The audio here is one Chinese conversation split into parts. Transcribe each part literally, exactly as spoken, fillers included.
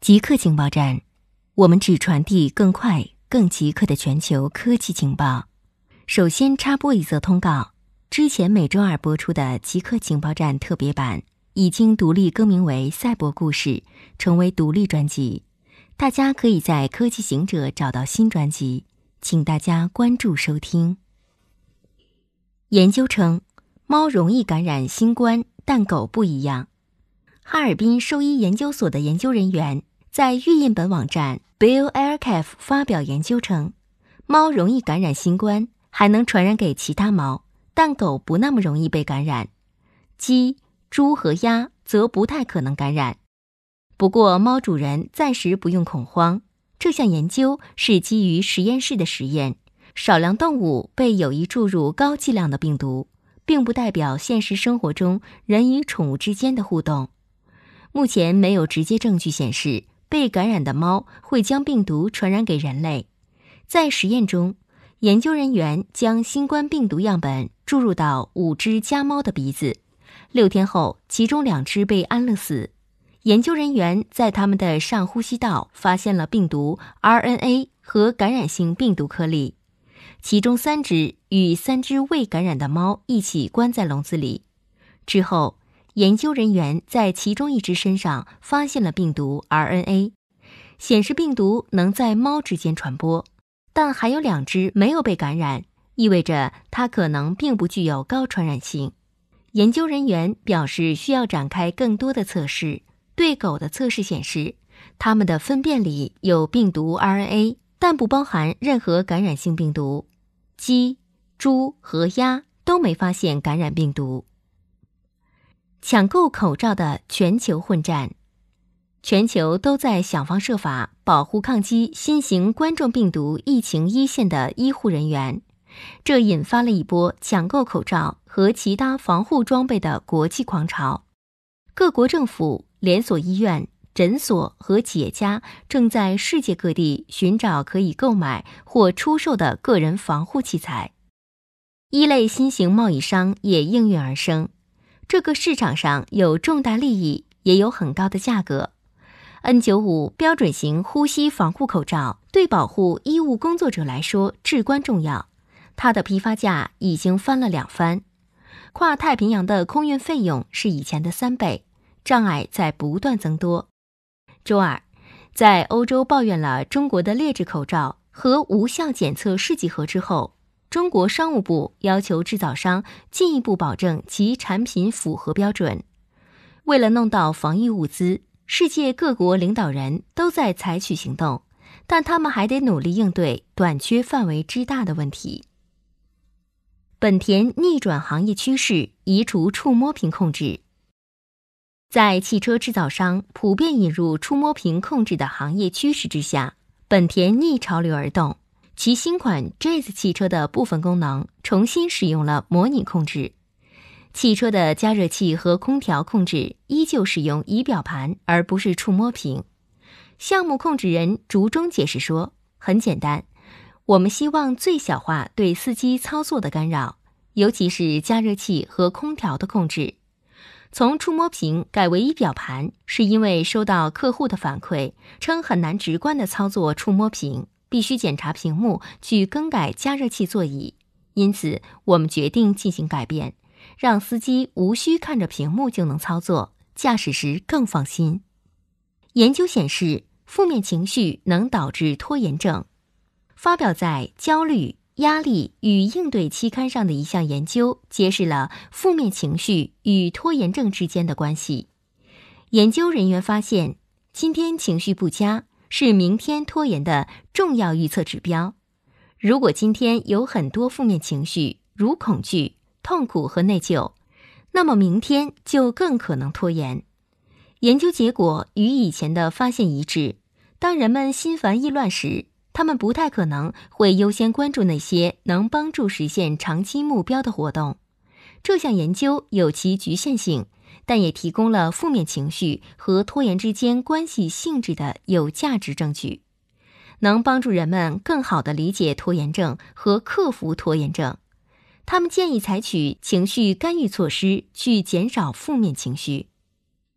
极客情报站，我们只传递更快、更极客的全球科技情报。首先插播一则通告：之前每周二播出的极客情报站特别版已经独立更名为《赛博故事》，成为独立专辑。大家可以在科技行者找到新专辑，请大家关注收听。研究称，猫容易感染新冠，但狗不一样。哈尔滨兽医研究所的研究人员在预印本网站 BioArchive 发表研究称，猫容易感染新冠，还能传染给其他猫，但狗不那么容易被感染。鸡、猪和鸭则不太可能感染。不过猫主人暂时不用恐慌，这项研究是基于实验室的实验，少量动物被有意注入高剂量的病毒，并不代表现实生活中人与宠物之间的互动。目前没有直接证据显示被感染的猫会将病毒传染给人类。在实验中，研究人员将新冠病毒样本注入到五只家猫的鼻子，六天后，其中两只被安乐死。研究人员在它们的上呼吸道发现了病毒 R N A 和感染性病毒颗粒，其中三只与三只未感染的猫一起关在笼子里。之后，研究人员在其中一只身上发现了病毒 R N A， 显示病毒能在猫之间传播，但还有两只没有被感染，意味着它可能并不具有高传染性。研究人员表示需要展开更多的测试。对狗的测试显示，它们的粪便里有病毒 R N A， 但不包含任何感染性病毒。鸡、猪和鸭都没发现感染病毒。抢购口罩的全球混战，全球都在想方设法保护抗击新型冠状病毒疫情一线的医护人员，这引发了一波抢购口罩和其他防护装备的国际狂潮。各国政府、连锁医院、诊所和企业家正在世界各地寻找可以购买或出售的个人防护器材。一类新型贸易商也应运而生。这个市场上有重大利益，也有很高的价格。N 九十五 标准型呼吸防护口罩对保护医务工作者来说至关重要，它的批发价已经翻了两番。跨太平洋的空运费用是以前的三倍，障碍在不断增多。周二，在欧洲抱怨了中国的劣质口罩和无效检测试剂盒之后，中国商务部要求制造商进一步保证其产品符合标准。为了弄到防疫物资，世界各国领导人都在采取行动，但他们还得努力应对短缺范围之大的问题。本田逆转行业趋势，移除触摸屏控制。在汽车制造商普遍引入触摸屏控制的行业趋势之下，本田逆潮流而动，其新款 Jazz 汽车的部分功能重新使用了模拟控制。汽车的加热器和空调控制依旧使用仪表盘而不是触摸屏。项目控制人竹中解释说，很简单，我们希望最小化对司机操作的干扰，尤其是加热器和空调的控制。从触摸屏改为仪表盘，是因为收到客户的反馈，称很难直观地操作触摸屏，必须检查屏幕去更改加热器座椅。因此，我们决定进行改变，让司机无需看着屏幕就能操作，驾驶时更放心。研究显示，负面情绪能导致拖延症。发表在《焦虑、压力与应对》期刊上的一项研究揭示了负面情绪与拖延症之间的关系。研究人员发现，今天情绪不佳是明天拖延的重要预测指标。如果今天有很多负面情绪，如恐惧、痛苦和内疚，那么明天就更可能拖延。研究结果与以前的发现一致，当人们心烦意乱时，他们不太可能会优先关注那些能帮助实现长期目标的活动。这项研究有其局限性，但也提供了负面情绪和拖延之间关系性质的有价值证据，能帮助人们更好地理解拖延症和克服拖延症。他们建议采取情绪干预措施去减少负面情绪。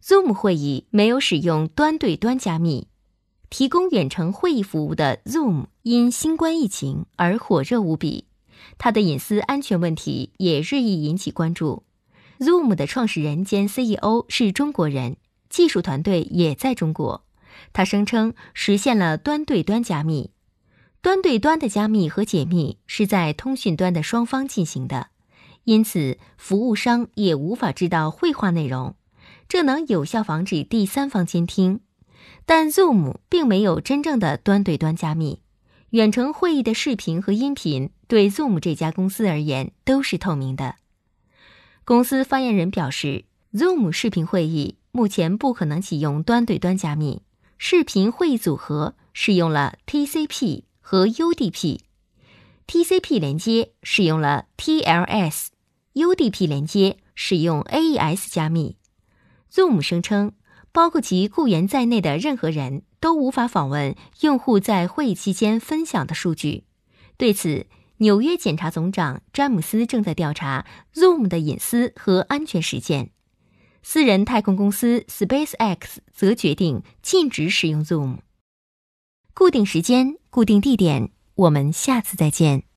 Zoom 会议没有使用端对端加密。提供远程会议服务的 Zoom 因新冠疫情而火热无比，它的隐私安全问题也日益引起关注。Zoom 的创始人兼 C E O 是中国人，技术团队也在中国。他声称实现了端对端加密。端对端的加密和解密是在通讯端的双方进行的，因此服务商也无法知道会话内容，这能有效防止第三方监听。但 Zoom 并没有真正的端对端加密，远程会议的视频和音频对 Zoom 这家公司而言都是透明的。公司发言人表示， Zoom 视频会议目前不可能启用端对端加密，视频会议组合使用了 T C P 和 U D P，T C P 连接使用了 T L S，U D P 连接使用 A E S 加密。 Zoom 声称，包括其雇员在内的任何人都无法访问用户在会议期间分享的数据。对此，纽约检察总长詹姆斯正在调查 Zoom 的隐私和安全实践。私人太空公司 SpaceX 则决定禁止使用 Zoom。固定时间，固定地点，我们下次再见。